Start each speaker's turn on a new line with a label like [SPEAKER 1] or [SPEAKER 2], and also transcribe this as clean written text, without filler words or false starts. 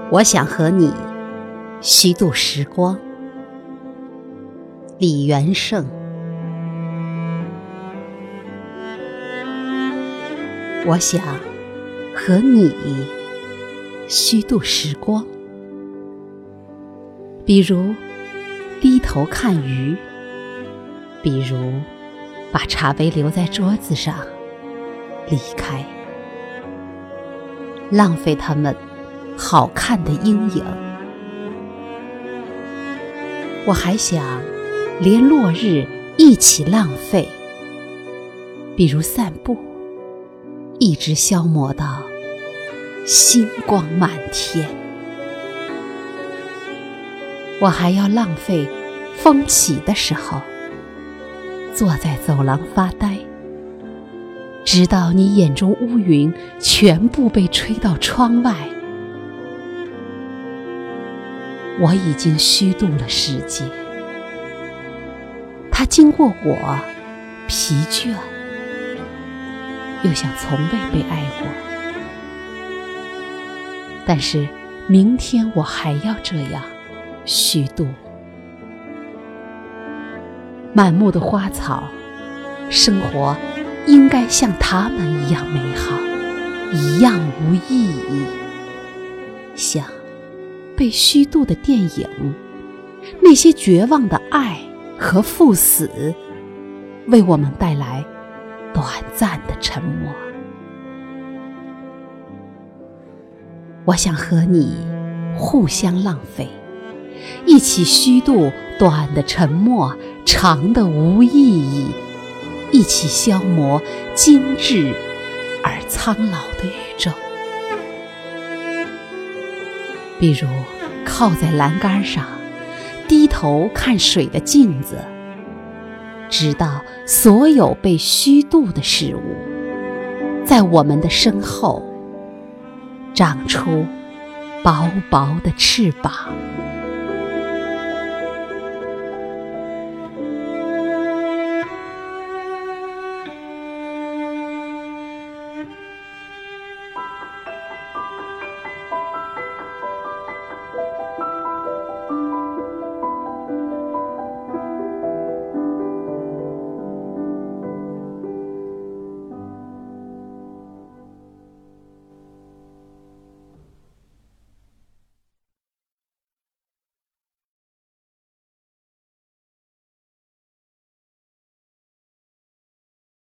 [SPEAKER 1] 我想和你虚度时光。李元胜。我想和你虚度时光，比如低头看鱼，比如把茶杯留在桌子上离开，浪费它们好看的阴影。我还想连落日一起浪费，比如散步，一直消磨到星光满天。我还要浪费风起的时候，坐在走廊发呆，直到你眼中乌云全部被吹到窗外。我已经虚度了世界，它经过我疲倦，又像从未被爱过。但是明天我还要这样虚度。满目的花草，生活应该像它们一样美好，一样无意义。像被虚度的电影，那些绝望的爱和赴死，为我们带来短暂的沉默。我想和你互相浪费，一起虚度短的沉默，长的无意义，一起消磨精致而苍老的宇宙。比如靠在栏杆上，低头看水的镜子，直到所有被虚度的事物在我们的身后长出薄薄的翅膀。